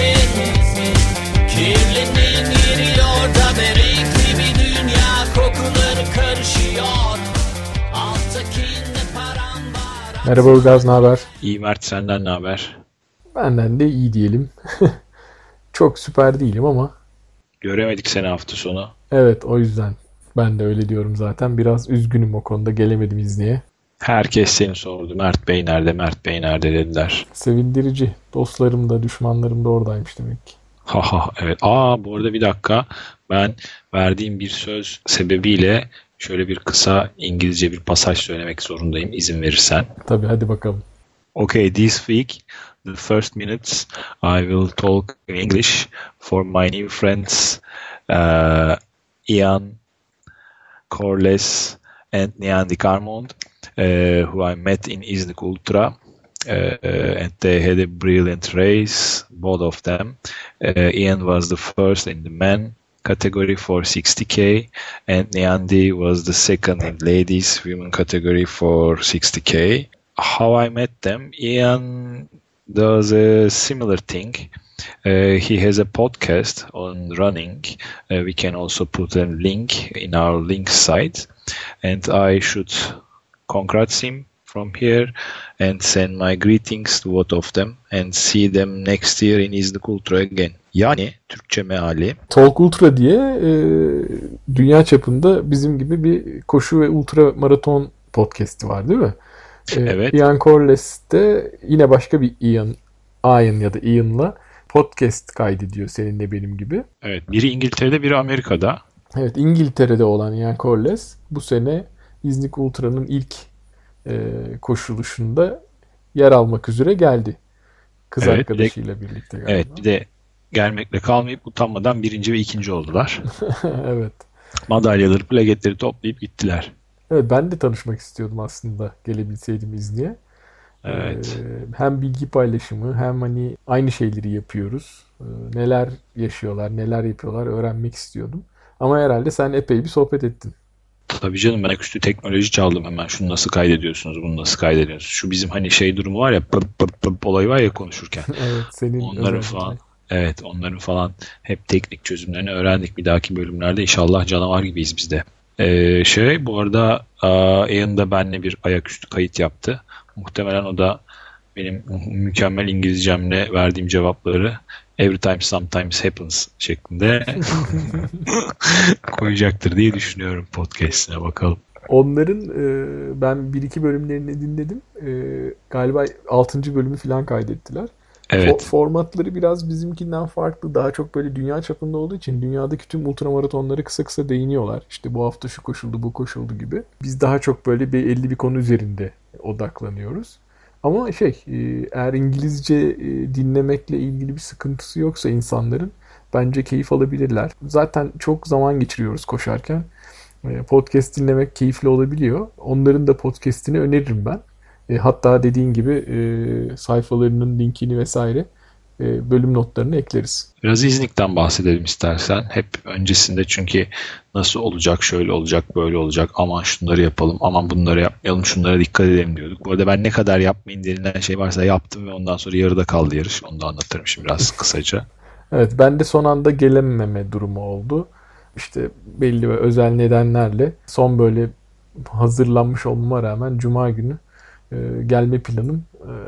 Kirliliğin giriyor da renkli bir dünya, kokuları karışıyor. Alttakinde param var. Merhaba Ilgaz, ne haber? İyi Mert, senden ne haber? Benden de iyi diyelim. Çok süper değilim ama Göremedik seni hafta sonu. evet, o yüzden ben de öyle diyorum zaten. Biraz üzgünüm o konuda, gelemedim İzni'ye. Herkes seni sordu. Mert Bey nerede, Mert Bey nerede dediler. Sevindirici. Dostlarım da düşmanlarım da oradaymış demek ki. Haha evet. Bu arada bir dakika. Ben verdiğim bir söz sebebiyle şöyle bir kısa İngilizce bir pasaj söylemek zorundayım izin verirsen. Tabii, hadi bakalım. Okay, this week, the first minutes, I will talk in English for my new friends, Ian, Corliss, and Niandi Carmond, who I met in Iznik Ultra, and they had a brilliant race, both of them. Ian was the first in the men category for 60K, and Niandi was the second in ladies women category for 60K. How I met them, Ian does a similar thing. He has a podcast on running. We can also put a link in our link site. And I should congrats him from here and send my greetings to both of them and see them next year in Iznik Ultra again. Yani Türkçe meali. Talk Ultra diye dünya çapında bizim gibi bir koşu ve ultra maraton podcast'i var değil mi? Evet. Ian Corliss de yine başka bir Ian ya da Ian'la podcast kaydediyor seninle benim gibi. Evet, biri İngiltere'de, biri Amerika'da. Evet, İngiltere'de olan Ian Corliss bu sene İznik Ultra'nın ilk koşuluşunda yer almak üzere geldi. Kız Evet, arkadaşıyla birlikte galiba. Evet, bir de gelmekle kalmayıp utanmadan birinci ve ikinci oldular. Evet. Madalyaları, plaketleri toplayıp gittiler. Evet, ben de tanışmak istiyordum aslında gelebilseydim İznik'e. Evet. Hem bilgi paylaşımı hem hani aynı şeyleri yapıyoruz. Neler yaşıyorlar, neler yapıyorlar öğrenmek istiyordum. Ama herhalde sen epey bir sohbet ettin. Tabii canım, ben ayaküstü teknoloji çaldım hemen. Şunu nasıl kaydediyorsunuz, bunu nasıl kaydediyorsunuz? Şu bizim hani şey durumu var ya, pıp pıp pıp olayı var ya konuşurken. Evet, senin Onların falan, evet, onların falan hep teknik çözümlerini öğrendik. Bir dahaki bölümlerde inşallah canavar gibiyiz biz de. Bu arada Ian da benimle bir ayaküstü kayıt yaptı. Muhtemelen o da benim mükemmel İngilizcemle verdiğim cevapları every time sometimes happens şeklinde koyacaktır diye düşünüyorum podcast'ine, bakalım. Onların ben 1-2 bölümlerini dinledim. Galiba 6. bölümü falan kaydettiler. Evet. Formatları biraz bizimkinden farklı. Daha çok böyle dünya çapında olduğu için dünyadaki tüm ultramaratonlara kısa kısa değiniyorlar. İşte bu hafta şu koşuldu, bu koşuldu gibi. Biz daha çok böyle belli bir konu üzerinde odaklanıyoruz. Ama eğer İngilizce dinlemekle ilgili bir sıkıntısı yoksa insanların bence keyif alabilirler. Zaten çok zaman geçiriyoruz koşarken. Podcast dinlemek keyifli olabiliyor. Onların da podcast'ini öneririm ben. Hatta dediğin gibi sayfalarının linkini vesaire bölüm notlarını ekleriz. Biraz İznik'ten bahsedelim istersen. Hep öncesinde, çünkü nasıl olacak, şöyle olacak, böyle olacak, aman şunları yapalım, aman bunları yapmayalım, şunlara dikkat edelim diyorduk. Bu arada ben ne kadar yapmayın denilen şey varsa yaptım ve ondan sonra yarıda kaldı yarış. Onu da anlatırım şimdi biraz kısaca. Evet, ben de son anda gelememe durumu oldu. İşte belli ve özel nedenlerle son böyle hazırlanmış olmama rağmen Cuma günü gelme planım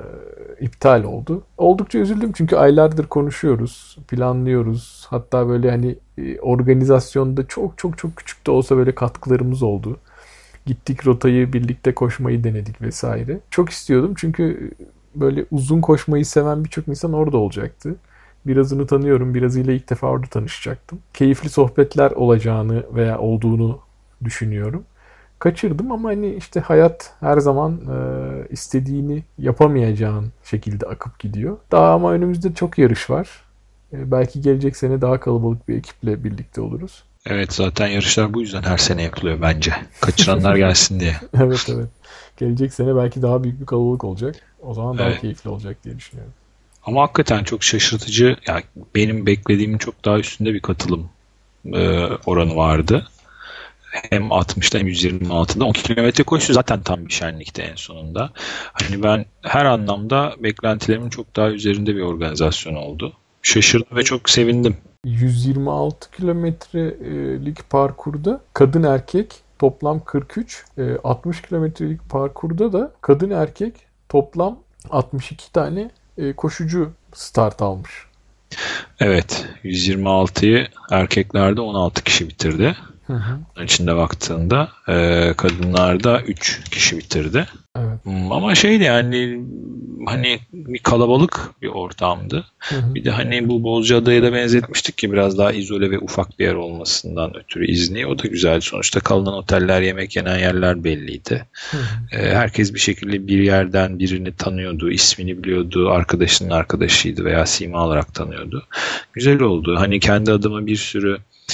iptal oldu. Oldukça üzüldüm çünkü aylardır konuşuyoruz, planlıyoruz. Hatta böyle hani organizasyonda çok çok çok küçük de olsa böyle katkılarımız oldu. Gittik, rotayı birlikte koşmayı denedik vesaire. Çok istiyordum çünkü böyle uzun koşmayı seven birçok insan orada olacaktı. Birazını tanıyorum, birazıyla ilk defa orada tanışacaktım. Keyifli sohbetler olacağını veya olduğunu düşünüyorum. Kaçırdım ama hani işte hayat her zaman istediğini yapamayacağın şekilde akıp gidiyor. Daha ama önümüzde çok yarış var. Belki gelecek sene daha kalabalık bir ekiple birlikte oluruz. Evet, zaten yarışlar bu yüzden her sene yapılıyor bence. Kaçıranlar gelsin diye. Evet. Gelecek sene belki daha büyük bir kalabalık olacak. O zaman daha Evet. keyifli olacak diye düşünüyorum. Ama hakikaten çok şaşırtıcı. Yani benim beklediğimin çok daha üstünde bir katılım oranı vardı. Hem 60'da hem 126'da 10 kilometre koşusu zaten tam bir şenlikti en sonunda. Hani ben her anlamda beklentilerimin çok daha üzerinde bir organizasyon oldu. Şaşırdım ve çok sevindim. 126 kilometrelik parkurda kadın erkek toplam 43, 60 kilometrelik parkurda da kadın erkek toplam 62 tane koşucu start almış. Evet, 126'yı erkeklerde 16 kişi bitirdi. Hı hı. Bunun içinde baktığında kadınlarda 3 kişi bitirdi. Evet. Ama şeydi yani hani bir kalabalık bir ortamdı. Hı hı. Bir de hani bu Bozcaada'ya da benzetmiştik ki biraz daha izole ve ufak bir yer olmasından ötürü İznik. O da güzeldi. Sonuçta kalınan oteller, yemek yenen yerler belliydi. Hı hı. Herkes bir şekilde bir yerden birini tanıyordu, ismini biliyordu, arkadaşının arkadaşıydı veya sima olarak tanıyordu. Güzel oldu. Hani kendi adıma bir sürü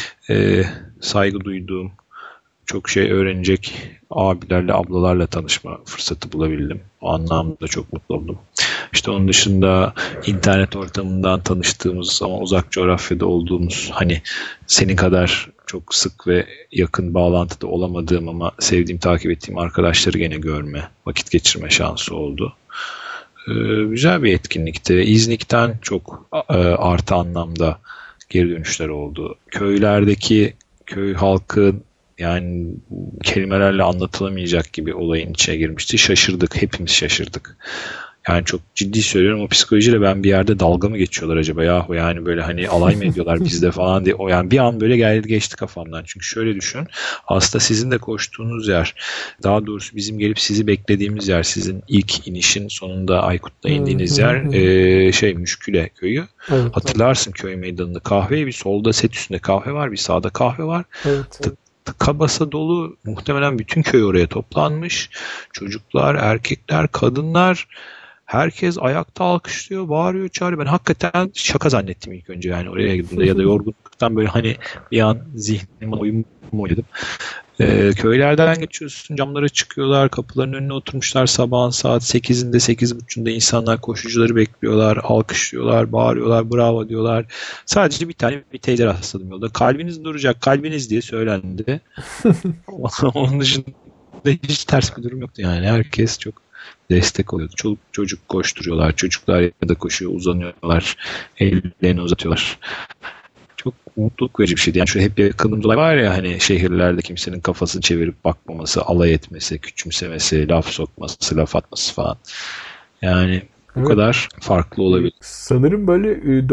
saygı duyduğum, çok şey öğrenecek abilerle, ablalarla tanışma fırsatı bulabildim. O anlamda çok mutlu oldum. İşte onun dışında internet ortamından tanıştığımız ama uzak coğrafyada olduğumuz, hani senin kadar çok sık ve yakın bağlantıda olamadığım ama sevdiğim, takip ettiğim arkadaşları gene görme, vakit geçirme şansı oldu. Güzel bir etkinlikti. İznik'ten çok artı anlamda geri dönüşler oldu. Köylerdeki köy halkı yani kelimelerle anlatılamayacak gibi olayın içine girmişti. Şaşırdık. Hepimiz şaşırdık. Yani çok ciddi söylüyorum, o psikolojiyle ben bir yerde dalga mı geçiyorlar acaba yahu, yani böyle hani alay mı ediyorlar bizde falan diye. O yani bir an böyle geldi geçti kafamdan. Çünkü şöyle düşün. Aslında sizin de koştuğunuz yer, daha doğrusu bizim gelip sizi beklediğimiz yer, sizin ilk inişin sonunda Aykut'ta indiğiniz yer Müşküle köyü. Evet, Hatırlarsın köy meydanında kahve, bir solda set üstünde kahve var, bir sağda kahve var. evet. Tıka basa dolu, muhtemelen bütün köy oraya toplanmış. Çocuklar, erkekler, kadınlar, herkes ayakta alkışlıyor, bağırıyor, çağırıyor. Ben hakikaten şaka zannettim ilk önce yani oraya gittiğimde ya da yorgunluktan böyle hani bir an zihnime oyun oynadım. Köylerden geçiyorsun, camlara çıkıyorlar, kapıların önüne oturmuşlar, sabahın saat 8'inde 8.30'da insanlar koşucuları bekliyorlar, alkışlıyorlar, bağırıyorlar, bravo diyorlar. Sadece bir teyze rastladım yolda. Kalbiniz duracak, kalbiniz diye söylendi. Onun dışında hiç ters bir durum yoktu yani. Herkes çok destek oluyordu. Çoluk çocuk koşturuyorlar, çocuklar ya da koşuyor, uzanıyorlar, ellerini uzatıyorlar. Çok mutluluk verici bir şeydi. Yani şöyle hep yakınımız olay var ya, hani şehirlerde kimsenin kafasını çevirip bakmaması, alay etmesi, küçümsemesi, laf sokması, laf atması falan. Yani bu kadar farklı olabilir. Sanırım böyle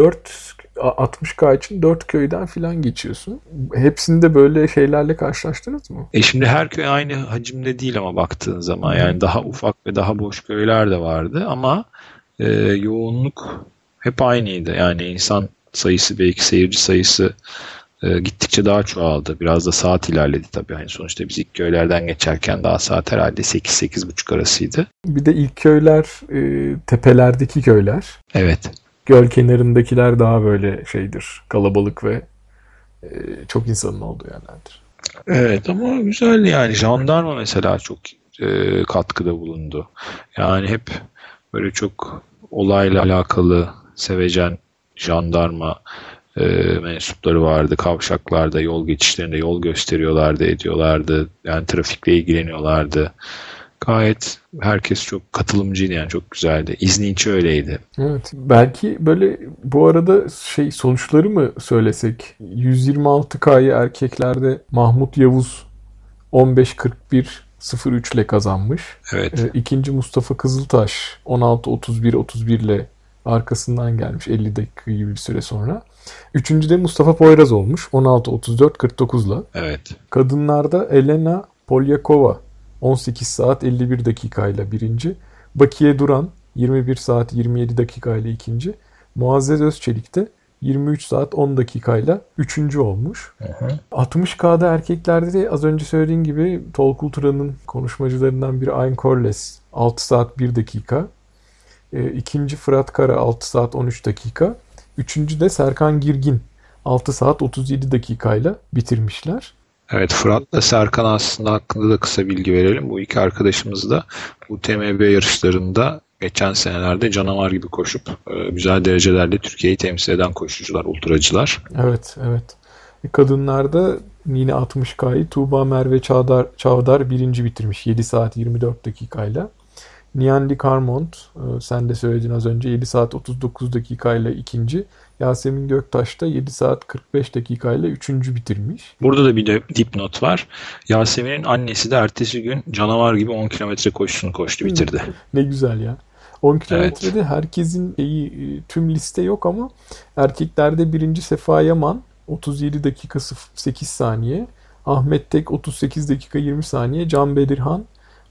60K için 4 köyden filan geçiyorsun. Hepsinde böyle şeylerle karşılaştınız mı? Şimdi her köy aynı hacimde değil ama baktığın zaman yani daha ufak ve daha boş köyler de vardı ama yoğunluk hep aynıydı. Yani insan sayısı, belki seyirci sayısı gittikçe daha çoğaldı. Biraz da saat ilerledi tabii. Hani sonuçta biz ilk köylerden geçerken daha saat herhalde 8-8.30 arasıydı. Bir de ilk köyler tepelerdeki köyler. Evet. Göl kenarındakiler daha böyle şeydir, kalabalık ve çok insanın olduğu yerlerdir. Evet ama güzeldi yani. Jandarma mesela çok katkıda bulundu. Yani hep böyle çok olayla alakalı sevecen jandarma mensupları vardı. Kavşaklarda, yol geçişlerinde yol gösteriyorlardı, ediyorlardı. Yani trafikle ilgileniyorlardı. Gayet herkes çok katılımcıydı yani, çok güzeldi. İznik öyleydi. Evet. Belki böyle bu arada sonuçları mı söylesek? 126K'yı erkeklerde Mahmut Yavuz 15.41.03 ile kazanmış. Evet. İkinci Mustafa Kızıltaş 16.31.31 ile arkasından gelmiş 50 dakika gibi bir süre sonra. Üçüncü de Mustafa Poyraz olmuş 16.34.49'la. Evet. Kadınlarda Elena Polyakova 18 saat 51 dakikayla birinci. Bakiye Duran 21 saat 27 dakikayla ikinci. Muazzez Özçelik de 23 saat 10 dakikayla üçüncü olmuş. 60K'da erkeklerde de az önce söylediğim gibi Tolkultura'nın konuşmacılarından biri Ayn Korles 6 saat 1 dakika. İkinci Fırat Kara 6 saat 13 dakika. Üçüncü de Serkan Girgin 6 saat 37 dakikayla bitirmişler. Evet, Fırat'la Serkan aslında hakkında da kısa bilgi verelim. Bu iki arkadaşımız da UTMB yarışlarında geçen senelerde canavar gibi koşup güzel derecelerle Türkiye'yi temsil eden koşucular, ultracılar. Evet, evet. Kadınlarda yine 60K'yı Tuğba Merve Çavdar birinci bitirmiş 7 saat 24 dakikayla. Nihan Carmont, sen de söyledin az önce, 7 saat 39 dakikayla ikinci. Yasemin Göktaş da 7 saat 45 dakikayla üçüncü bitirmiş. Burada da bir de dipnot var. Yasemin'in annesi de ertesi gün canavar gibi 10 kilometre koşusunu koştu, bitirdi. Ne güzel ya. 10 kilometrede Evet. herkesin tüm liste yok ama erkeklerde birinci Sefa Yaman 37 dakika 8 saniye. Ahmet Tek 38 dakika 20 saniye. Can Bedirhan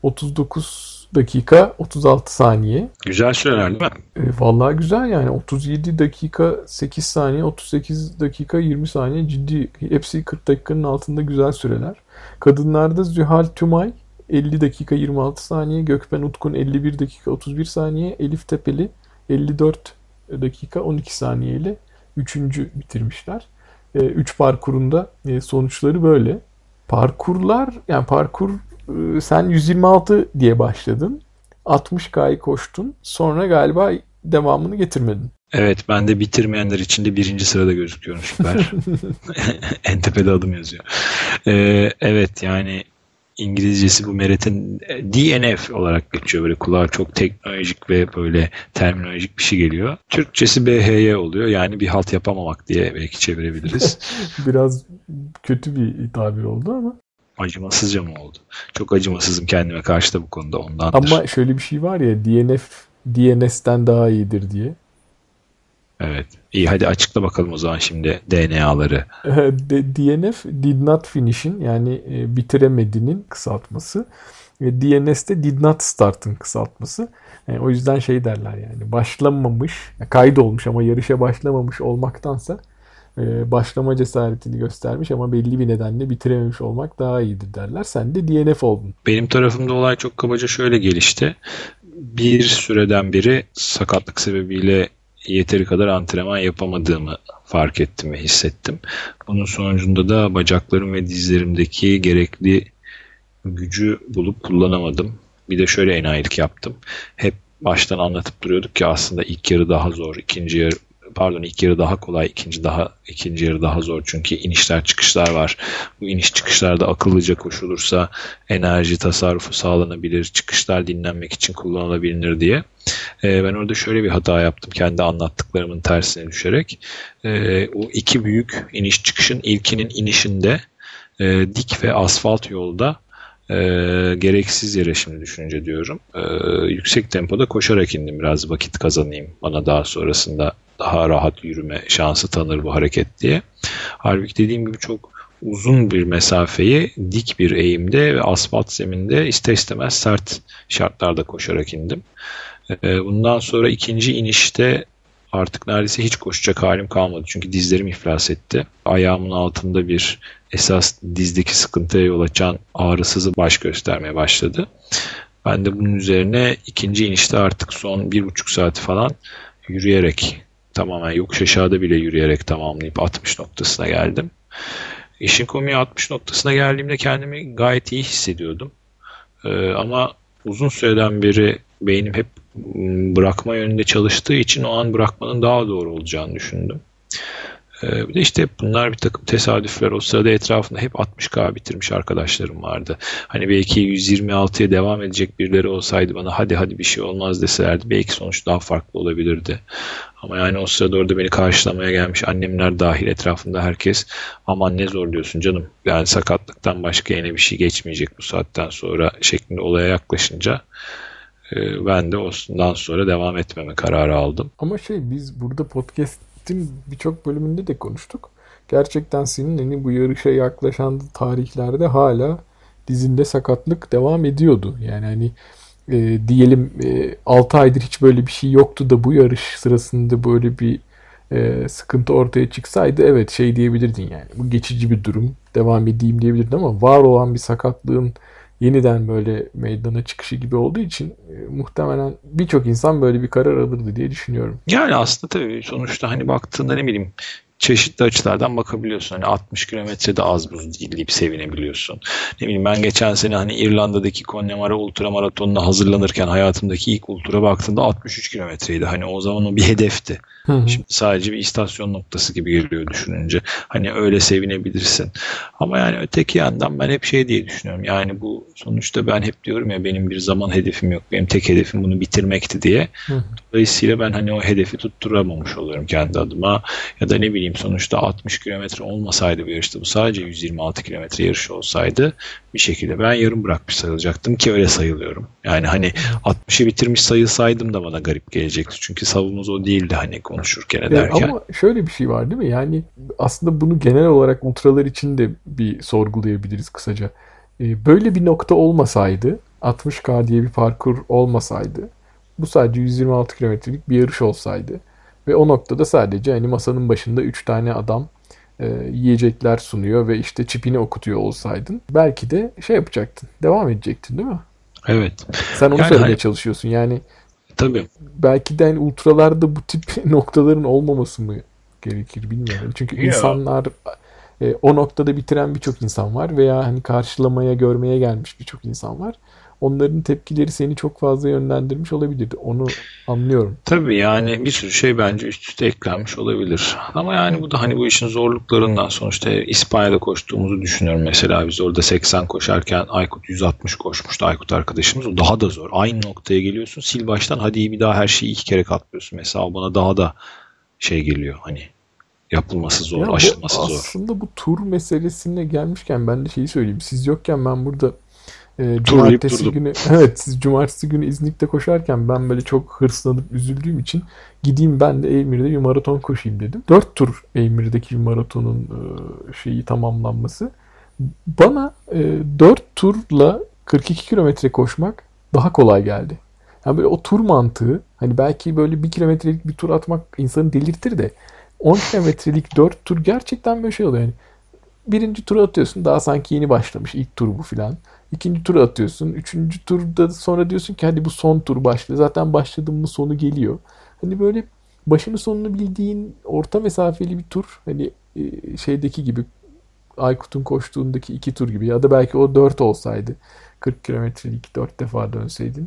39 dakika 36 saniye. Güzel süreler değil mi? Vallahi güzel yani. 37 dakika 8 saniye, 38 dakika 20 saniye, ciddi. Hepsi 40 dakikanın altında güzel süreler. Kadınlarda Zühal Tümay 50 dakika 26 saniye, Gökben Utkun 51 dakika 31 saniye, Elif Tepeli 54 dakika 12 saniye ile 3. bitirmişler. 3 parkurunda sonuçları böyle. Parkurlar, yani sen 126 diye başladın. 60K'yı koştun. Sonra galiba devamını getirmedin. Evet, ben de bitirmeyenler içinde birinci sırada gözüküyorum, süper. En tepede adım yazıyor. Evet, yani İngilizcesi bu Meret'in DNF olarak geçiyor. Böyle kulağa çok teknolojik ve böyle terminolojik bir şey geliyor. Türkçesi BHY oluyor. Yani bir halt yapamamak diye belki çevirebiliriz. Biraz kötü bir tabir oldu ama. Acımasızca mı oldu? Çok acımasızım kendime karşı da bu konuda, ondandır. Ama şöyle bir şey var ya, DNF DNS'ten daha iyidir diye. Evet. İyi, hadi açıkla bakalım o zaman şimdi DNA'ları. DNF did not finish'in, yani bitiremedinin kısaltması. DNS'de did not start'ın kısaltması. O yüzden şey derler, yani başlamamış, kaydolmuş ama yarışa başlamamış olmaktansa başlama cesaretini göstermiş ama belli bir nedenle bitirememiş olmak daha iyidir derler. Sen de DNF oldun. Benim tarafımda olay çok kabaca şöyle gelişti. Bir süreden beri sakatlık sebebiyle yeteri kadar antrenman yapamadığımı fark ettim ve hissettim. Bunun sonucunda da bacaklarım ve dizlerimdeki gerekli gücü bulup kullanamadım. Bir de şöyle enayilik yaptım. Hep baştan anlatıp duruyorduk ki aslında ilk yarı daha zor, ilk yarı daha kolay, ikinci yarı daha zor. Çünkü inişler çıkışlar var. Bu iniş çıkışlarda akıllıca koşulursa enerji tasarrufu sağlanabilir, çıkışlar dinlenmek için kullanılabilir diye. Ben orada şöyle bir hata yaptım, kendi anlattıklarımın tersine düşerek. O iki büyük iniş çıkışın ilkinin inişinde dik ve asfalt yolda gereksiz yere, şimdi düşününce diyorum, yüksek tempoda koşarak indim, biraz vakit kazanayım, bana daha sonrasında daha rahat yürüme şansı tanır bu hareket diye. Halbuki dediğim gibi çok uzun bir mesafeyi dik bir eğimde ve asfalt zeminde ister istemez sert şartlarda koşarak indim. Bundan sonra ikinci inişte artık neredeyse hiç koşacak halim kalmadı. Çünkü dizlerim iflas etti. Ayağımın altında bir esas dizdeki sıkıntıya yol açan ağrısızı baş göstermeye başladı. Ben de bunun üzerine ikinci inişte artık son 1,5 saati falan yürüyerek, tamamen yokuş aşağıda bile yürüyerek tamamlayıp 60 noktasına geldim. İşin komiği, 60 noktasına geldiğimde kendimi gayet iyi hissediyordum. Ama uzun süreden beri beynim hep bırakma yönünde çalıştığı için o an bırakmanın daha doğru olacağını düşündüm. Bir de işte bunlar bir takım tesadüfler. O sırada etrafında hep 60K bitirmiş arkadaşlarım vardı. Hani belki 126'ya devam edecek birileri olsaydı, bana hadi bir şey olmaz deselerdi, belki sonuç daha farklı olabilirdi. Ama yani o sırada orada beni karşılamaya gelmiş annemler dahil etrafında herkes, aman ne zor diyorsun canım, yani sakatlıktan başka yine bir şey geçmeyecek bu saatten sonra şeklinde olaya yaklaşınca ben de ondan sonra devam etmeme kararı aldım. Ama biz burada podcast'in birçok bölümünde de konuştuk. Gerçekten senin hani bu yarışa yaklaşan tarihlerde hala dizinde sakatlık devam ediyordu. Yani hani diyelim 6 aydır hiç böyle bir şey yoktu da bu yarış sırasında böyle bir sıkıntı ortaya çıksaydı, evet diyebilirdin, yani bu geçici bir durum, devam edeyim diyebilirdin, ama var olan bir sakatlığın yeniden böyle meydana çıkışı gibi olduğu için muhtemelen birçok insan böyle bir karar alırdı diye düşünüyorum. Yani aslında tabii sonuçta hani baktığında ne bileyim, çeşitli açılardan bakabiliyorsun. Hani 60 kilometre de az buz değil deyip sevinebiliyorsun. Ne bileyim, ben geçen sene hani İrlanda'daki Connemara ultramaratonuna hazırlanırken hayatımdaki ilk ultra baktığımda 63 kilometreydi. Hani o zaman o bir hedefti. Şimdi sadece bir istasyon noktası gibi geliyor düşününce. Hani öyle sevinebilirsin. Ama yani öteki yandan ben hep şey diye düşünüyorum. Yani bu sonuçta, ben hep diyorum ya, benim bir zaman hedefim yok. Benim tek hedefim bunu bitirmekti diye. Dolayısıyla ben hani o hedefi tutturamamış oluyorum kendi adıma. Ya da ne bileyim, sonuçta 60 kilometre olmasaydı bu yarışta, bu sadece 126 kilometre yarış olsaydı bir şekilde ben yarım bırakmış sayılacaktım ki öyle sayılıyorum. Yani hani 60'ı bitirmiş sayılsaydım da bana garip gelecekti. Çünkü savımız o değildi hani konuşurken ederken. Ama şöyle bir şey var değil mi? Yani aslında bunu genel olarak ultralar için de bir sorgulayabiliriz kısaca. Böyle bir nokta olmasaydı, 60K diye bir parkur olmasaydı, bu sadece 126 kilometrelik bir yarış olsaydı ve o noktada sadece hani masanın başında 3 tane adam yiyecekler sunuyor ve işte çipini okutuyor olsaydın, belki de şey yapacaktın, devam edecektin değil mi? Evet. Sen onu Yani söylemeye hani, çalışıyorsun. Yani tabii. belki de hani ultralarda bu tip noktaların olmaması mı gerekir bilmiyorum. Çünkü Ya, insanlar o noktada bitiren birçok insan var veya hani karşılamaya, görmeye gelmiş birçok insan var. Onların tepkileri seni çok fazla yönlendirmiş olabilirdi. Onu anlıyorum. tabii yani bir sürü şey bence üst üste eklenmiş olabilir. Ama yani bu da hani bu işin zorluklarından, sonuçta İspanya'da koştuğumuzu düşünüyorum mesela. Biz orada 80 koşarken Aykut 160 koşmuştu. Aykut arkadaşımız, o daha da zor. Aynı noktaya geliyorsun, sil baştan, hadi bir daha her şeyi 2 kere katlıyorsun. Mesela o bana daha da şey geliyor, hani yapılması zor, Ya bu aşılması zor. aslında bu tur meselesine gelmişken ben de şeyi söyleyeyim. Siz yokken ben burada Turlayıp cumartesi durdum. günü evet siz cumartesi günü İznik'te koşarken ben böyle çok hırslanıp üzüldüğüm için gideyim ben de Eymir'de bir maraton koşayım dedim. 4 tur Eymir'deki bir maratonun şeyi tamamlanması. Bana 4 turla 42 kilometre koşmak daha kolay geldi. Yani böyle o tur mantığı, hani belki böyle 1 kilometrelik bir tur atmak insanı delirtir de 10 kilometrelik 4 tur gerçekten böyle şey oluyor. Yani birinci turu atıyorsun, daha sanki yeni başlamış, ilk tur bu filan. İkinci turu atıyorsun. Üçüncü turda sonra diyorsun ki hadi bu son tur başlıyor. Zaten başladın mı sonu geliyor. Hani böyle başını sonunu bildiğin orta mesafeli bir tur. Hani şeydeki gibi, Aykut'un koştuğundaki 2 tur gibi, ya da belki o 4 olsaydı, 40 kilometrelik 4 defa dönseydin.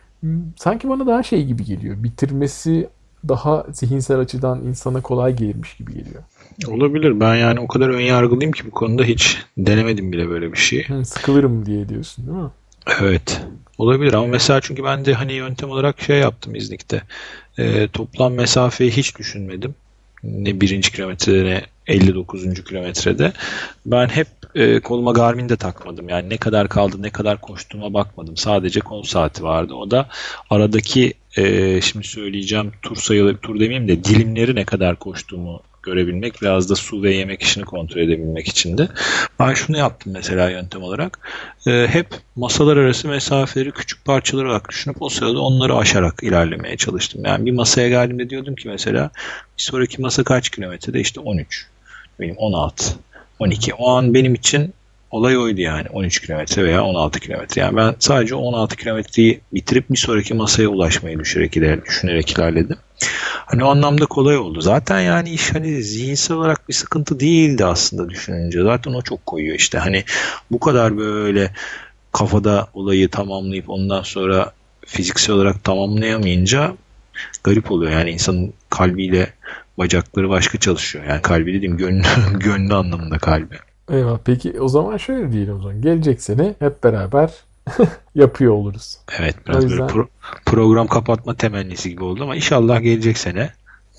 Sanki bana daha şey gibi geliyor. Bitirmesi daha zihinsel açıdan insana kolay gelirmiş gibi geliyor. Olabilir. Ben yani o kadar ön yargılıyım ki bu konuda, hiç denemedim bile böyle bir şey. Sıkılırım diye diyorsun değil mi? Evet. Olabilir ama mesela, çünkü ben de hani yöntem olarak şey yaptım İznik'te. Toplam mesafeyi hiç düşünmedim. Ne birinci kilometrede ne 59. kilometrede. Ben hep koluma Garmin de takmadım. Yani ne kadar kaldı, ne kadar koştuğuma bakmadım. Sadece kol saati vardı. O da aradaki şimdi söyleyeceğim tur sayıları, tur demeyeyim de dilimleri, ne kadar koştuğumu görebilmek, biraz da su ve yemek işini kontrol edebilmek için de. Ben şunu yaptım mesela yöntem olarak. Hep masalar arası mesafeleri küçük parçalar olarak düşünüp o sırada onları aşarak ilerlemeye çalıştım. Yani bir masaya geldiğimde diyordum ki mesela, bir sonraki masa kaç kilometrede? İşte 13, benim 16, 12. O an benim için olay oydu yani, 13 kilometre veya 16 kilometre. Yani ben sadece 16 kilometreyi bitirip bir sonraki masaya ulaşmayı düşünerek ilerledim. Hani o anlamda kolay oldu. Zaten yani iş hani zihinsel olarak bir sıkıntı değildi aslında düşününce. Zaten o çok koyuyor işte. Hani bu kadar böyle kafada olayı tamamlayıp ondan sonra fiziksel olarak tamamlayamayınca garip oluyor. Yani insanın kalbiyle bacakları başka çalışıyor. Yani kalbi dediğim gönlü, gönlü anlamında kalbi. Eyvah. Peki o zaman şöyle diyelim o zaman. Gelecek sene hep beraber yapıyor oluruz. Evet, O biraz böyle yüzden program kapatma temennisi gibi oldu ama inşallah gelecek sene.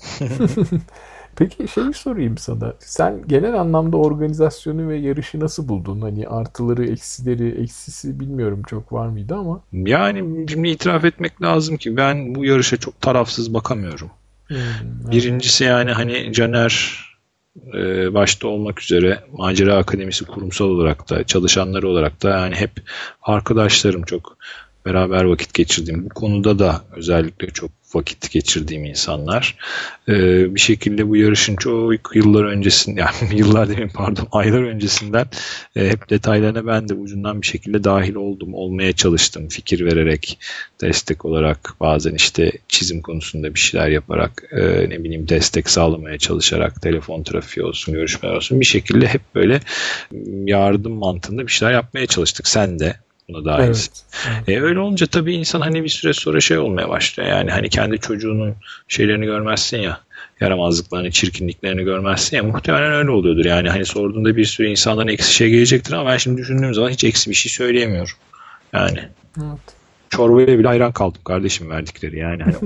peki şeyi sorayım sana. Sen genel anlamda organizasyonu ve yarışı nasıl buldun? Hani artıları, eksileri, eksisi bilmiyorum çok var mıydı ama. Yani şimdi itiraf etmek lazım ki ben bu yarışa çok tarafsız bakamıyorum. Evet. Birincisi yani hani Caner başta olmak üzere Macera Akademisi kurumsal olarak da çalışanları olarak da yani hep arkadaşlarım, çok beraber vakit geçirdiğim, bu konuda da özellikle çok vakit geçirdiğim insanlar. Bir şekilde bu yarışın çok yıllar öncesinden, yani yıllar demeyeyim pardon, aylar öncesinden hep detaylarına ben de ucundan bir şekilde dahil oldum, olmaya çalıştım. Fikir vererek, destek olarak, bazen işte çizim konusunda bir şeyler yaparak, ne bileyim destek sağlamaya çalışarak, telefon trafiği olsun, görüşmeler olsun, bir şekilde hep böyle yardım mantığında bir şeyler yapmaya çalıştık. Sen de buna dahilsin. Evet. Öyle olunca tabii insan hani bir süre sonra şey olmaya başlıyor. Yani hani kendi çocuğunun şeylerini görmezsin ya, yaramazlıklarını, çirkinliklerini görmezsin ya, muhtemelen öyle oluyordur. Yani hani sorduğunda bir sürü insandan eksi şey gelecektir ama ben şimdi düşündüğüm zaman hiç eksi bir şey söyleyemiyorum. Yani. Evet. Çorbaya bile hayran kaldım kardeşim verdikleri yani. Hani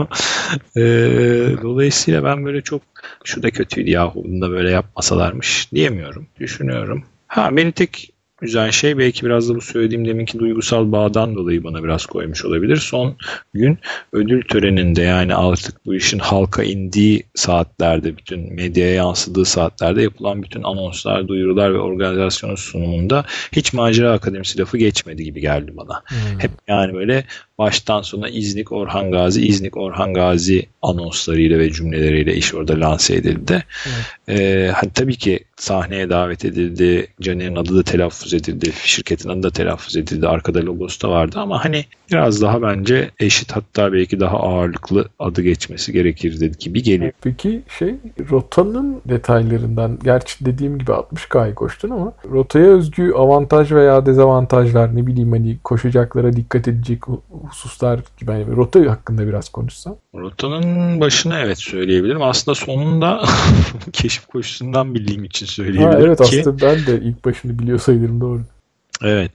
dolayısıyla ben böyle çok şu da kötüydü yahu, bunu da böyle yapmasalarmış diyemiyorum. Düşünüyorum. Beni tek üzen şey belki biraz da bu söylediğim deminki duygusal bağdan dolayı bana biraz koymuş olabilir. Son gün ödül töreninde, yani artık bu işin halka indiği saatlerde, bütün medyaya yansıdığı saatlerde yapılan bütün anonslar, duyurular ve organizasyonun sunumunda hiç macera akademisi lafı geçmedi gibi geldi bana. Hep yani böyle baştan sona İznik Orhan Gazi, İznik Orhan Gazi anonslarıyla ve cümleleriyle iş orada lanse edildi. Hani tabii ki sahneye davet edildi, Caner'in adı da telaffuz edildi, şirketin adı da telaffuz edildi, arkada logosu da vardı ama hani biraz daha bence eşit, hatta belki daha ağırlıklı adı geçmesi gerekirdi gibi geliyor. Peki rotanın detaylarından, gerçi dediğim gibi 60K'yı koştun ama rotaya özgü avantaj veya dezavantajlar, ne bileyim hani koşacaklara dikkat edecek hususlar gibi, hani rota hakkında biraz konuşsam. Rotanın başına evet söyleyebilirim. Aslında sonunda keşif koşusundan bildiğim için söyleyebilirim evet, ki. aslında ben de ilk başını biliyor sayılırım, doğru. Evet.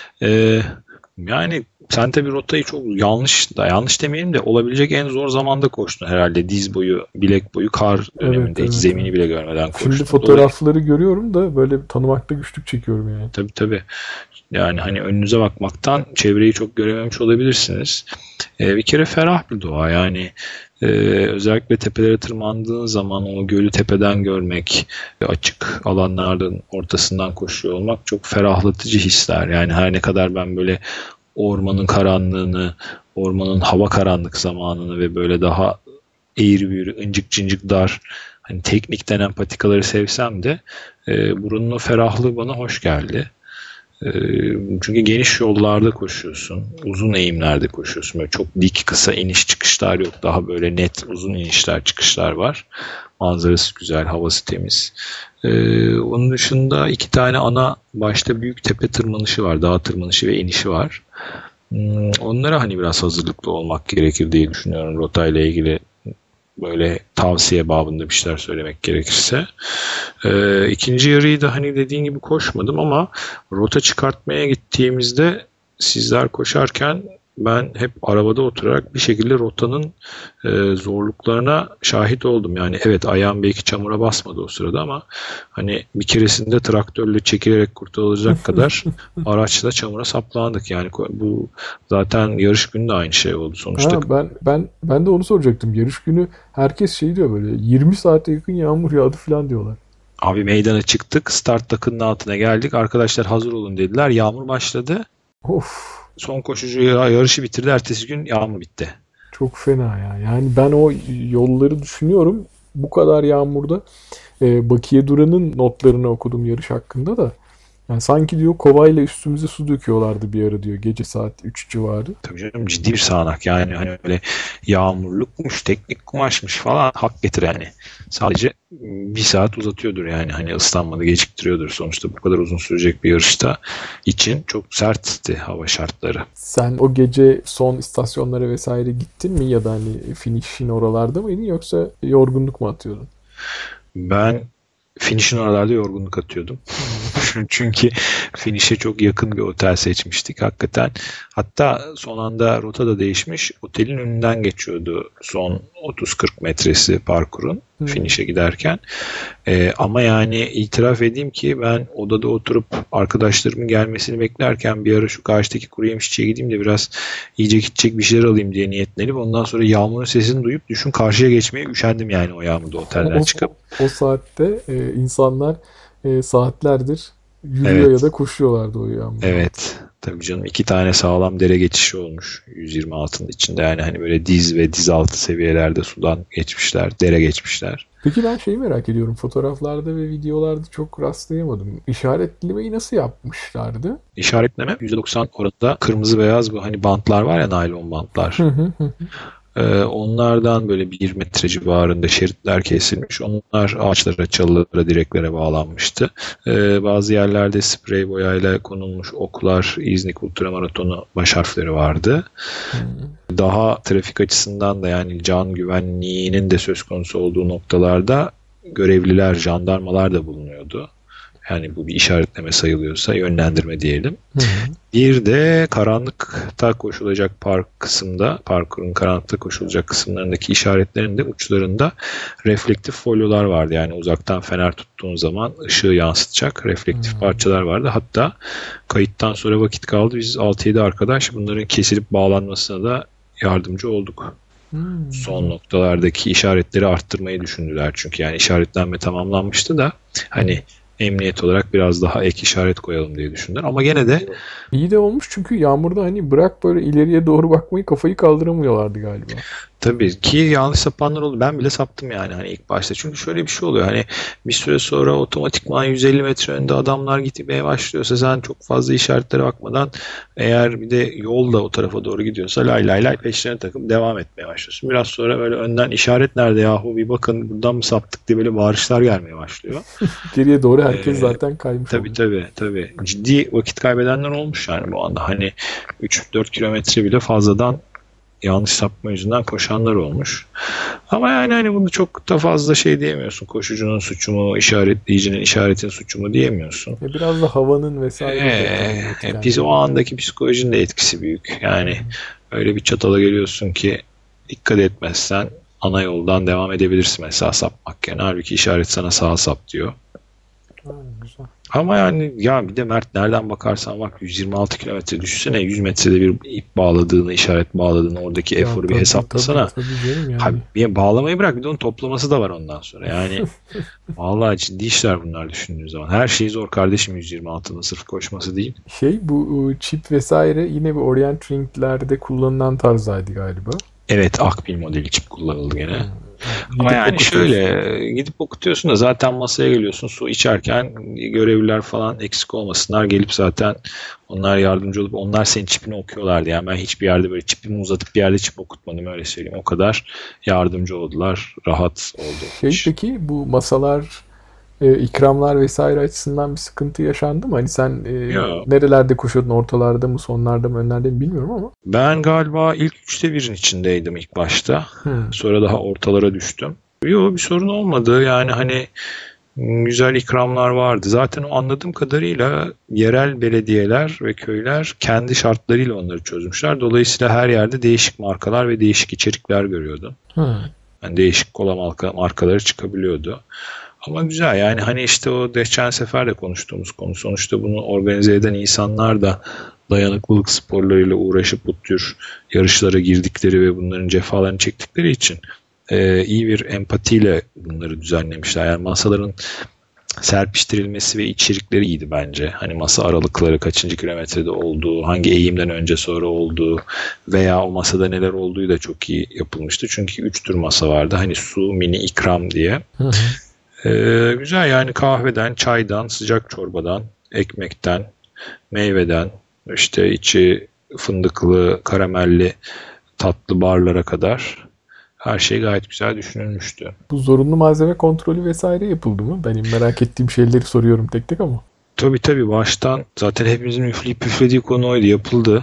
Yani sen tabii rotayı çok yanlış demeyelim de olabilecek en zor zamanda koştun herhalde. Diz boyu, bilek boyu kar döneminde hiç zemini bile görmeden koştun. Şimdi fotoğrafları görüyorum da böyle tanımakta güçlük çekiyorum yani. Tabii. Yani hani önünüze bakmaktan çevreyi çok görememiş olabilirsiniz. Bir kere ferah bir doğa yani. Özellikle tepelere tırmandığın zaman o gölü tepeden görmek, açık alanların ortasından koşuyor olmak çok ferahlatıcı hisler. Yani her ne kadar ben böyle ormanın karanlığını, ormanın hava karanlık zamanını ve böyle daha eğri büğrü, incik cincik dar, hani teknik denen patikaları sevsem de buranın o ferahlığı bana hoş geldi. Çünkü geniş yollarda koşuyorsun, uzun eğimlerde koşuyorsun. Böyle çok dik, kısa iniş çıkışlar yok. Daha böyle net, uzun inişler, çıkışlar var. Manzarası güzel, havası temiz. Onun dışında 2 tane ana başta büyük tepe tırmanışı var. Dağ tırmanışı ve inişi var. Onlara hani biraz hazırlıklı olmak gerekir diye düşünüyorum rotayla ilgili. Böyle tavsiye babında bir şeyler söylemek gerekirse. İkinci yarıyı da hani dediğin gibi koşmadım ama rota çıkartmaya gittiğimizde sizler koşarken ben hep arabada oturarak bir şekilde rotanın zorluklarına şahit oldum. Yani evet, ayağım belki çamura basmadı o sırada ama hani bir keresinde traktörle çekilerek kurtarılacak kadar araçla çamura saplandık. Yani bu zaten yarış günü de aynı şey oldu sonuçta. Ben de onu soracaktım. Yarış günü herkes diyor, böyle 20 saate yakın yağmur yağdı falan diyorlar. Abi meydana çıktık, start takının altına geldik. Arkadaşlar hazır olun dediler. Yağmur başladı. Of. Son koşucu yarışı bitirdi. Ertesi gün yağmur bitti. Çok fena ya. Yani ben o yolları düşünüyorum. Bu kadar yağmurda Bakiye Duran'ın notlarını okudum yarış hakkında da. Yani sanki diyor kovayla üstümüze su döküyorlardı bir ara diyor. Gece saat 3 civarı. Tabii canım, ciddi bir sağanak. Yani hani öyle yağmurlukmuş, teknik kumaşmış falan hak getir yani. Sadece 1 saat uzatıyordur yani. Hani ıslanmadı, geciktiriyordur. Sonuçta bu kadar uzun sürecek bir yarışta için çok sertti hava şartları. Sen o gece son istasyonlara vesaire gittin mi ya da hani finish'in oralarda mıydın yoksa yorgunluk mu atıyordun? Ben finish'in oralarda yorgunluk atıyordum. Çünkü finish'e çok yakın bir otel seçmiştik hakikaten. Hatta son anda rota da değişmiş. Otelin önünden geçiyordu son 30-40 metresi parkurun finish'e giderken. Ama yani itiraf edeyim ki ben odada oturup arkadaşlarımın gelmesini beklerken bir ara şu karşıdaki kuru yemişçiye gideyim de biraz yiyecek içecek bir şeyler alayım diye niyetlenip ondan sonra yağmurun sesini duyup düşün karşıya geçmeye üşendim yani o yağmurda otelden çıkıp. O saatte insanlar saatlerdir yürüyor ya da koşuyorlardı o yağmurda. Evet. Tabii canım, 2 tane sağlam dere geçişi olmuş 126'nın içinde. Yani hani böyle diz ve diz altı seviyelerde sudan geçmişler, dere geçmişler. Peki ben şeyi merak ediyorum. Fotoğraflarda ve videolarda çok rastlayamadım. İşaretlemeyi nasıl yapmışlardı? İşaretleme %90 orada kırmızı beyaz bu hani bantlar var ya, naylon bantlar. Onlardan böyle 1 metre civarında şeritler kesilmiş. Onlar ağaçlara, çalılara, direklere bağlanmıştı. Bazı yerlerde sprey boyayla konulmuş oklar, İznik Ultramaratonu baş harfleri vardı. Daha trafik açısından da yani can güvenliğinin de söz konusu olduğu noktalarda görevliler, jandarmalar da bulunuyordu. Yani bu bir işaretleme sayılıyorsa, yönlendirme diyelim. Bir de karanlıkta koşulacak parkurun karanlıkta koşulacak kısımlarındaki işaretlerin de uçlarında reflektif folyolar vardı. Yani uzaktan fener tuttuğun zaman ışığı yansıtacak reflektif parçalar vardı. Hatta kayıttan sonra vakit kaldı. Biz 6-7 arkadaş bunların kesilip bağlanmasına da yardımcı olduk. Son noktalardaki işaretleri arttırmayı düşündüler. Çünkü yani işaretlenme tamamlanmıştı da hani emniyet olarak biraz daha ek işaret koyalım diye düşündüler. Ama gene de İyi de olmuş çünkü yağmurda hani bırak böyle ileriye doğru bakmayı, kafayı kaldıramıyorlardı galiba. tabii ki yanlış sapanlar oldu. Ben bile saptım yani hani ilk başta. Çünkü şöyle bir şey oluyor. Hani bir süre sonra otomatikman 150 metre önde adamlar gitmeye başlıyorsa sen çok fazla işaretlere bakmadan, eğer bir de yol da o tarafa doğru gidiyorsa lay lay lay peşlerine takıp devam etmeye başlıyorsun. Biraz sonra böyle önden işaret nerede yahu bir bakın buradan mı saptık diye böyle bağırışlar gelmeye başlıyor. Geriye doğru herkes zaten kaymış Tabii oluyor. tabii. Ciddi vakit kaybedenler olmuş yani bu anda. Hani 3-4 kilometre bile fazladan yanlış sapma yüzünden koşanlar olmuş. Ama yani hani bunu çok da fazla şey diyemiyorsun. Koşucunun suçu mu, işaretleyicinin, işaretin suçu mu diyemiyorsun. Biraz da havanın vesaire de etkili. Biz o andaki psikolojinin de etkisi büyük. Yani öyle bir çatala geliyorsun ki dikkat etmezsen ana yoldan devam edebilirsin mesela sapmak. Yani halbuki işaret sana sağa sap diyor. Güzel. Ama yani ya bir de Mert nereden bakarsan bak 126 kilometre düşünsene, 100 metrede bir ip bağladığını, işaret bağladığını, oradaki eforu bir hesaplasana. Tabii canım yani. Abi, bir bağlamayı bırak, bir de onun toplaması da var ondan sonra. Yani vallahi ciddi işler bunlar düşündüğün zaman. Her şey zor kardeşim 126'nın sırf koşması değil. Bu çip vesaire yine bir Orient Ring'lerde kullanılan tarzdaydı galiba. Evet, Akbil modeli çip kullanıldı gene. Ama Gidip yani okutuyorsun. şöyle gidip okutuyorsun da zaten masaya geliyorsun, su içerken görevliler falan eksik olmasınlar, gelip zaten onlar yardımcı olup onlar senin çipini okuyorlardı. Yani ben hiçbir yerde böyle çipimi uzatıp bir yerde çip okutmadım, öyle söyleyeyim. O kadar yardımcı oldular. Rahat oldu. Peki bu masalar, ikramlar vesaire açısından bir sıkıntı yaşandı mı? Hani sen Ya. nerelerde koşuyordun? Ortalarda mı, sonlarda mı, önlerde mi bilmiyorum ama. Ben galiba ilk 1/3'ün içindeydim ilk başta. Sonra daha ortalara düştüm. Yok, bir sorun olmadı. Yani hani güzel ikramlar vardı. Zaten o anladığım kadarıyla yerel belediyeler ve köyler kendi şartlarıyla onları çözmüşler. Dolayısıyla her yerde değişik markalar ve değişik içerikler görüyordun. Yani değişik kola markaları çıkabiliyordu. Ama güzel yani hani işte o geçen sefer de konuştuğumuz konu, sonuçta bunu organize eden insanlar da dayanıklılık sporlarıyla uğraşıp bu tür yarışlara girdikleri ve bunların cefalarını çektikleri için iyi bir empatiyle bunları düzenlemişler. Yani masaların serpiştirilmesi ve içerikleri iyiydi bence. Hani masa aralıkları kaçıncı kilometrede olduğu, hangi eğimden önce sonra olduğu veya o masada neler olduğu da çok iyi yapılmıştı. Çünkü 3 tür masa vardı. Hani su, mini, ikram diye. Güzel yani kahveden, çaydan, sıcak çorbadan, ekmekten, meyveden, işte içi fındıklı, karamelli, tatlı barlara kadar her şey gayet güzel düşünülmüştü. Bu zorunlu malzeme kontrolü vesaire yapıldı mı? Benim merak ettiğim şeyleri soruyorum tek tek ama. Tabii baştan zaten hepimizin üfleyip püflediği konu oydu, yapıldı.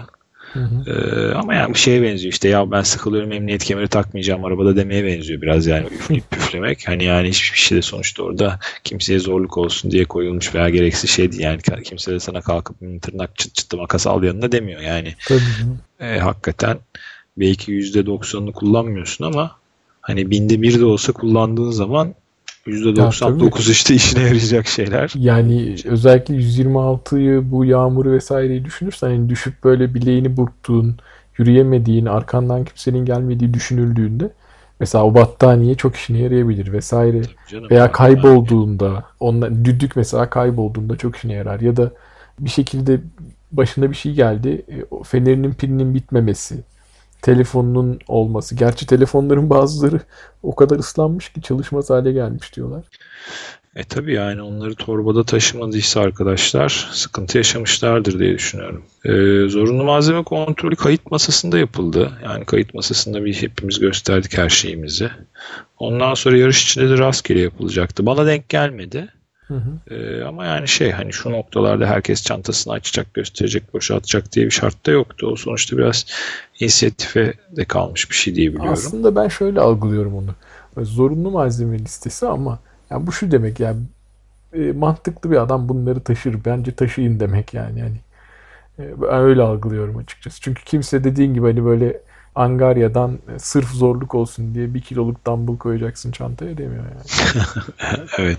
Ama yani bu şeye benziyor işte, ya ben sıkılıyorum emniyet kemeri takmayacağım arabada demeye benziyor biraz yani üfleyip püflemek. Hani yani hiçbir şey de sonuçta orada kimseye zorluk olsun diye koyulmuş veya gereksiz şey değil. Yani kimse de sana kalkıp tırnak çıt çıtlı makas al yanına demiyor yani. Hakikaten belki %90'ını kullanmıyorsun ama hani binde bir de olsa kullandığın zaman %99 işte işine yarayacak şeyler. Yani özellikle 126'yı, bu yağmuru vesaireyi düşünürsen hani düşüp böyle bileğini burktuğun, yürüyemediğin, arkandan kimsenin gelmediği düşünüldüğünde mesela o battaniye çok işine yarayabilir vesaire. Canım, Veya kaybolduğunda, düdük mesela kaybolduğunda çok işine yarar. Ya da bir şekilde başına bir şey geldi. O fenerinin pilinin bitmemesi, telefonunun olması. Gerçi telefonların bazıları o kadar ıslanmış ki çalışmaz hale gelmiş diyorlar. Tabii yani onları torbada taşımadıysa arkadaşlar sıkıntı yaşamışlardır diye düşünüyorum. Zorunlu malzeme kontrolü kayıt masasında yapıldı. Yani kayıt masasında hepimiz gösterdik her şeyimizi. Ondan sonra yarış içinde de rastgele yapılacaktı. Bana denk gelmedi. Hı hı. Ama yani hani şu noktalarda herkes çantasını açacak, gösterecek, boşaltacak diye bir şart da yoktu. O sonuçta biraz inisiyatife de kalmış bir şey diye biliyorum. Aslında ben şöyle algılıyorum onu. Zorunlu malzeme listesi ama yani bu şu demek yani mantıklı bir adam bunları taşır. Bence taşıyın demek yani. Ben öyle algılıyorum açıkçası. Çünkü kimse dediğin gibi hani böyle Angarya'dan sırf zorluk olsun diye 1 kiloluk dumbbell koyacaksın çantaya demiyor yani. Evet.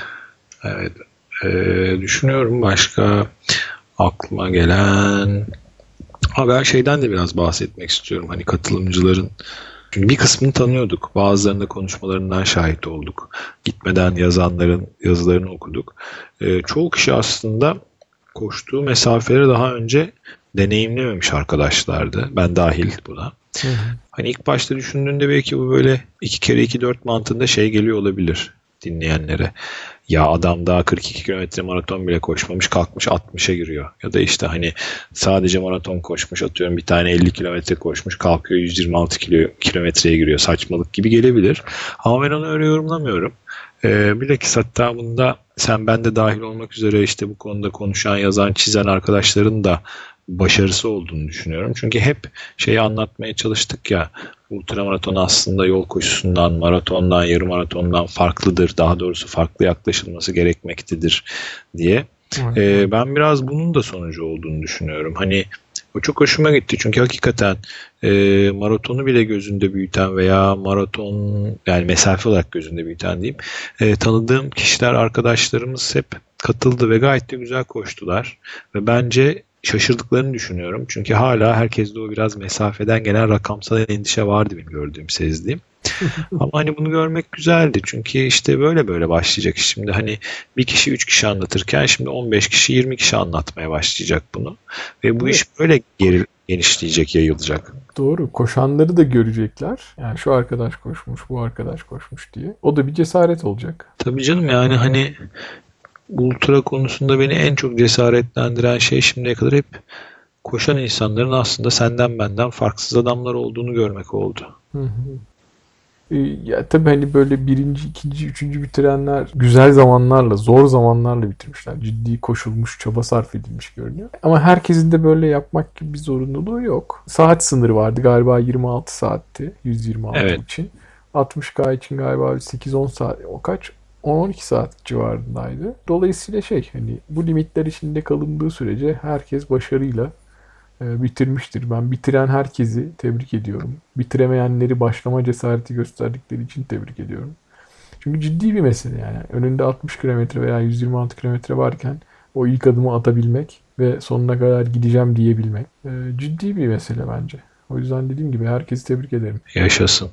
Evet. Düşünüyorum başka aklıma gelen. Ben şeyden de biraz bahsetmek istiyorum. Hani katılımcıların. Çünkü bir kısmını tanıyorduk. Bazılarında konuşmalarından şahit olduk. Gitmeden yazanların yazılarını okuduk. Çoğu kişi aslında koştuğu mesafeleri daha önce deneyimlememiş arkadaşlardı. Ben dahil buna. Hı hı. Hani ilk başta düşündüğünde belki bu böyle 2 kere 2 4 mantığında geliyor olabilir dinleyenlere. Ya adam daha 42 kilometre maraton bile koşmamış kalkmış 60'a giriyor. Ya da işte hani sadece maraton koşmuş atıyorum bir tane 50 kilometre koşmuş kalkıyor 126 kilometreye giriyor. Saçmalık gibi gelebilir. Ama ben onu öyle yorumlamıyorum. Bilakis hatta bunda sen ben de dahil olmak üzere işte bu konuda konuşan, yazan, çizen arkadaşların da başarısı olduğunu düşünüyorum. Çünkü hep anlatmaya çalıştık ya ultramaraton aslında yol koşusundan, maratondan, yarım maratondan farklıdır. Daha doğrusu farklı yaklaşılması gerekmektedir diye. Ben biraz bunun da sonucu olduğunu düşünüyorum. Hani o çok hoşuma gitti. Çünkü hakikaten maratonu bile gözünde büyüten veya maraton yani mesafe olarak gözünde büyüten diyeyim. Tanıdığım kişiler, arkadaşlarımız hep katıldı ve gayet de güzel koştular. Ve bence şaşırdıklarını düşünüyorum. Çünkü hala herkeste o biraz mesafeden gelen rakamsal endişe vardı benim gördüğüm, sezdiğim. Ama hani bunu görmek güzeldi. Çünkü işte böyle başlayacak. Şimdi hani bir kişi 3 kişi anlatırken şimdi 15 kişi 20 kişi anlatmaya başlayacak bunu. Ve bu iş böyle genişleyecek, yayılacak. Doğru. Koşanları da görecekler. Yani şu arkadaş koşmuş, bu arkadaş koşmuş diye. O da bir cesaret olacak. Tabii canım yani hani ultra konusunda beni en çok cesaretlendiren şey şimdiye kadar hep koşan insanların aslında senden benden farksız adamlar olduğunu görmek oldu. Hı hı. Ya tabii hani böyle birinci, ikinci, üçüncü bitirenler güzel zamanlarla, zor zamanlarla bitirmişler. Ciddi koşulmuş, çaba sarf edilmiş görünüyor. Ama herkesin de böyle yapmak gibi bir zorunluluğu yok. Saat sınırı vardı galiba 26 saatti 126 Evet. için. 60K için galiba 8-10 saat, o kaç? 10-12 saat civarındaydı. Dolayısıyla hani bu limitler içinde kalındığı sürece herkes başarıyla bitirmiştir. Ben bitiren herkesi tebrik ediyorum. Bitiremeyenleri başlama cesareti gösterdikleri için tebrik ediyorum. Çünkü ciddi bir mesele yani. Önünde 60 kilometre veya 126 kilometre varken o ilk adımı atabilmek ve sonuna kadar gideceğim diyebilmek ciddi bir mesele bence. O yüzden dediğim gibi herkesi tebrik ederim. Yaşasın.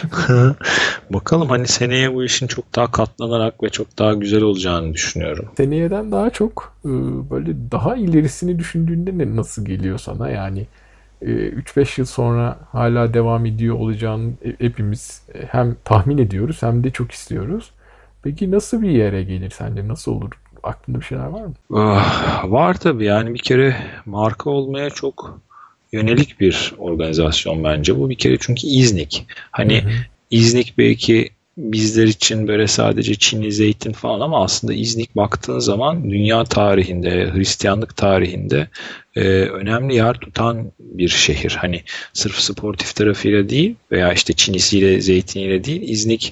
Bakalım hani seneye bu işin çok daha katlanarak ve çok daha güzel olacağını düşünüyorum. Seneyeden daha çok böyle daha ilerisini düşündüğünde ne nasıl geliyor sana? Yani 3-5 yıl sonra hala devam ediyor olacağını hepimiz hem tahmin ediyoruz hem de çok istiyoruz. Peki nasıl bir yere gelir sence? Nasıl olur? Aklında bir şeyler var mı? Var tabii yani bir kere marka olmaya çok yönelik bir organizasyon bence bu. Bir kere çünkü İznik. Hani İznik belki bizler için böyle sadece Çinli zeytin falan ama aslında İznik baktığın zaman dünya tarihinde, Hristiyanlık tarihinde önemli yer tutan bir şehir. Hani sırf sportif tarafıyla değil veya işte Çinisiyle, zeytiniyle değil, İznik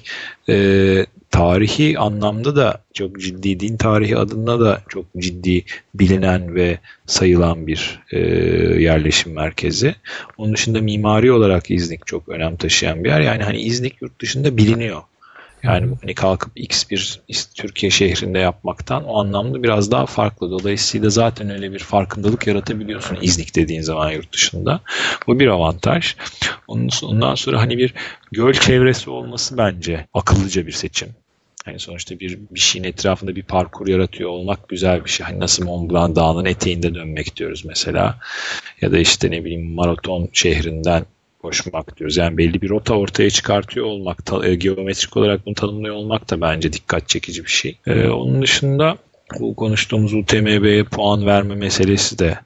tarihi anlamda da çok ciddi, din tarihi adına da çok ciddi bilinen ve sayılan bir yerleşim merkezi. Onun dışında mimari olarak İznik çok önem taşıyan bir yer. Yani hani İznik yurt dışında biliniyor. Yani hani kalkıp X bir Türkiye şehrinde yapmaktan o anlamda biraz daha farklı. Dolayısıyla zaten öyle bir farkındalık yaratabiliyorsun İznik dediğin zaman yurt dışında. Bu bir avantaj. Ondan sonra hani bir göl çevresi olması bence akıllıca bir seçim. Hani sonuçta bir şeyin etrafında bir parkur yaratıyor olmak güzel bir şey. Hani nasıl Mont Blanc Dağı'nın eteğinde dönmek diyoruz mesela. Ya da işte ne bileyim maraton şehrinden koşmak diyoruz. Yani belli bir rota ortaya çıkartıyor olmak, geometrik olarak bunu tanımlıyor olmak da bence dikkat çekici bir şey. Onun dışında bu konuştuğumuz UTMB'ye puan verme meselesi de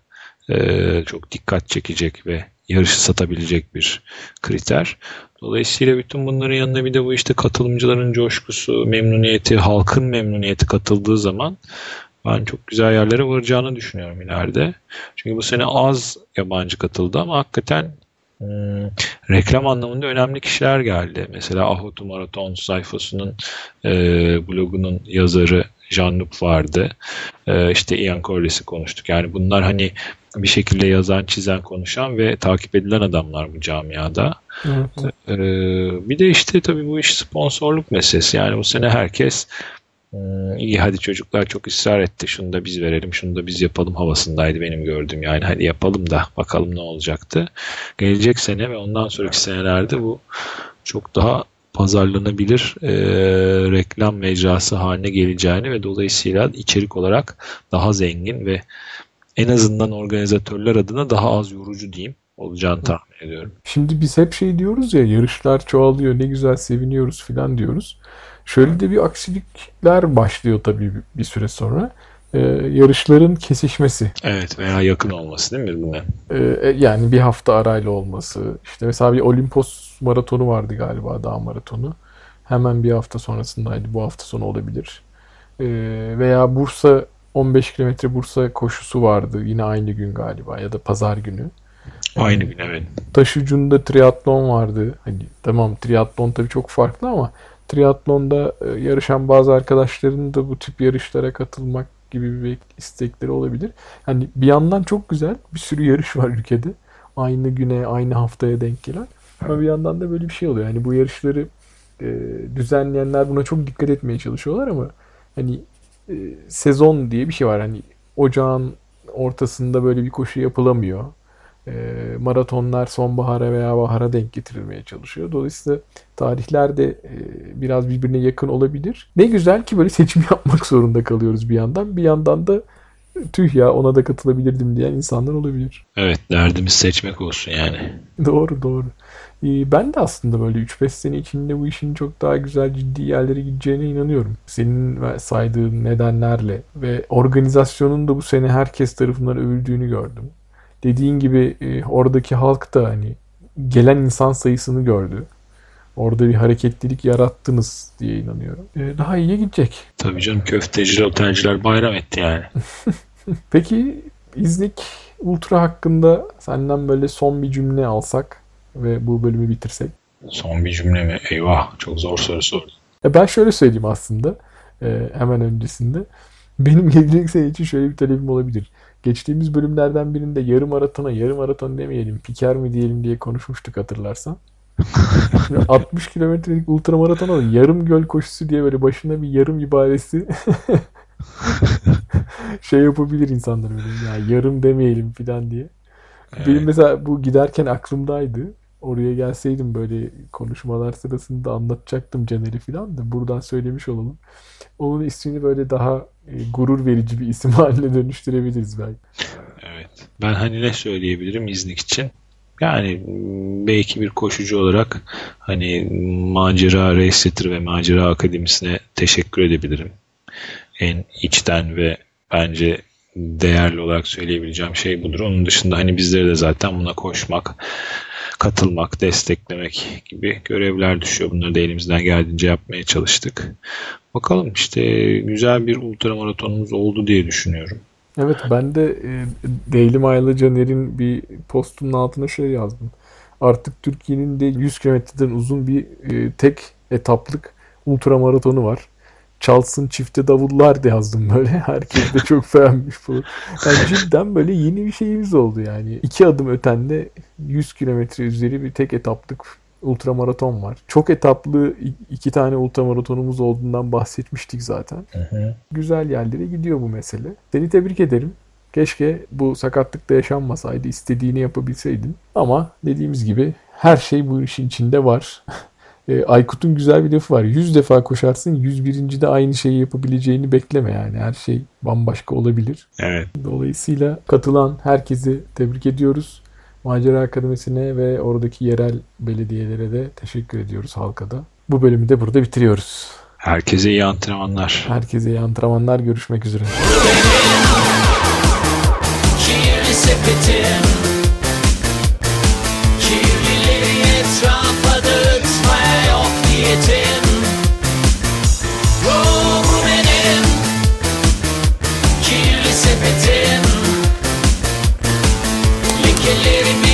çok dikkat çekecek ve yarışı satabilecek bir kriter. Dolayısıyla bütün bunların yanında bir de bu işte katılımcıların coşkusu, memnuniyeti, halkın memnuniyeti katıldığı zaman ben çok güzel yerlere varacağını düşünüyorum ileride. Çünkü bu sene az yabancı katıldı ama hakikaten reklam anlamında önemli kişiler geldi. Mesela Ahotu Maraton sayfasının blogunun yazarı Jean-Luc vardı. İşte Ian Corliss'i konuştuk. Yani bunlar hani bir şekilde yazan, çizen, konuşan ve takip edilen adamlar bu camiada. Evet. Bir de işte tabii bu iş sponsorluk meselesi. Yani bu sene herkes iyi hadi çocuklar çok ısrar etti. Şunu da biz verelim, şunu da biz yapalım havasındaydı benim gördüğüm. Yani hadi yapalım da bakalım ne olacaktı. Gelecek sene ve ondan sonraki senelerde bu çok daha pazarlanabilir reklam mecrası haline geleceğini ve dolayısıyla içerik olarak daha zengin ve en azından organizatörler adına daha az yorucu diyeyim olacağını tahmin ediyorum. Şimdi biz hep şey diyoruz ya, yarışlar çoğalıyor, ne güzel seviniyoruz filan diyoruz. Şöyle de bir aksilikler başlıyor tabii bir süre sonra. Yarışların kesişmesi. Evet, veya yakın olması değil mi birbirine? Yani bir hafta arayla olması. İşte mesela bir Olimpos maratonu vardı galiba, dağ maratonu. Hemen bir hafta sonrasındaydı. Bu hafta sonu olabilir. Veya Bursa 15 kilometre Bursa koşusu vardı. Yine aynı gün galiba ya da pazar günü. Aynı gün, evet. Taşucu'nda triatlon vardı. Hani tamam, triatlon tabii çok farklı ama triatlonda yarışan bazı arkadaşların da bu tip yarışlara katılmak gibi bir istekleri olabilir. Hani bir yandan çok güzel bir sürü yarış var ülkede. Aynı güne, aynı haftaya denk gelen. Ama bir yandan da böyle bir şey oluyor. Yani bu yarışları düzenleyenler buna çok dikkat etmeye çalışıyorlar ama hani sezon diye bir şey var. Hani ocağın ortasında böyle bir koşu yapılamıyor. Maratonlar sonbahara veya bahara denk getirilmeye çalışıyor. Dolayısıyla tarihler de biraz birbirine yakın olabilir. Ne güzel ki böyle seçim yapmak zorunda kalıyoruz bir yandan. Bir yandan da tüh ya, ona da katılabilirdim diyen insanlar olabilir. Evet, derdimiz seçmek olsun yani. Doğru doğru. Ben de aslında böyle 3-5 sene içinde bu işin çok daha güzel, ciddi yerlere gideceğine inanıyorum. Senin saydığın nedenlerle ve organizasyonun da bu sene herkes tarafından övüldüğünü gördüm. Dediğin gibi oradaki halk da hani gelen insan sayısını gördü. Orada bir hareketlilik yarattınız diye inanıyorum. Daha iyiye gidecek. Tabii canım, köfteciler, otelciler bayram etti yani. Peki İznik Ultra hakkında senden böyle son bir cümle alsak ve bu bölümü bitirsek? Son bir cümle mi? Eyvah, çok zor soru sordun. Ben şöyle söyleyeyim aslında hemen öncesinde. Benim gelecek sene için şöyle bir talebim olabilir. Geçtiğimiz bölümlerden birinde yarım maraton demeyelim, piker mi diyelim diye konuşmuştuk, hatırlarsan. 60 kilometrelik ultramaratona da yarım göl koşusu diye böyle başına bir yarım ibaresi şey yapabilir insanlar böyle. Ya yarım demeyelim falan diye. Evet. Benim mesela bu giderken aklımdaydı. Oraya gelseydim böyle konuşmalar sırasında anlatacaktım Caner'i falan da buradan söylemiş olalım. Onun ismini böyle daha gurur verici bir isim haline dönüştürebiliriz belki. Evet. Ben hani ne söyleyebilirim İznik için? Yani belki bir koşucu olarak hani Macera Race Center ve Macera Akademisi'ne teşekkür edebilirim. En içten ve bence değerli olarak söyleyebileceğim şey budur. Onun dışında hani bizlere de zaten buna koşmak, katılmak, desteklemek gibi görevler düşüyor. Bunları da elimizden geldiğince yapmaya çalıştık. Bakalım işte, güzel bir ultramaratonumuz oldu diye düşünüyorum. Evet, ben de Daily Mile'la Caner'in bir postunun altına şey yazdım. Artık Türkiye'nin de 100 kilometreden uzun bir tek etaplık ultramaratonu var. Çalsın çifte davullar da yazdım böyle. Herkes de çok beğenmiş bunu. Yani cidden böyle yeni bir şeyimiz oldu yani. 2 adım ötende 100 kilometre üzeri bir tek etaplık ultramaraton var. Çok etaplı 2 tane ultramaratonumuz olduğundan bahsetmiştik zaten. Hı. Güzel yerlere gidiyor bu mesele. Seni tebrik ederim. Keşke bu sakatlıkta yaşanmasaydı, istediğini yapabilseydin. Ama dediğimiz gibi her şey bu işin içinde var. Aykut'un güzel bir lafı var. 100 defa koşarsın, 101. de aynı şeyi yapabileceğini bekleme yani. Her şey bambaşka olabilir. Evet. Dolayısıyla katılan herkesi tebrik ediyoruz. Macera Akademisi'ne ve oradaki yerel belediyelere de teşekkür ediyoruz, halka da. Bu bölümü de burada bitiriyoruz. Herkese iyi antrenmanlar. Herkese iyi antrenmanlar. Görüşmek üzere. Kirli sepetim, kirlileri etrafa dağıtmaya yok niyetim. Bu benim kirli sepetim, lekelerimi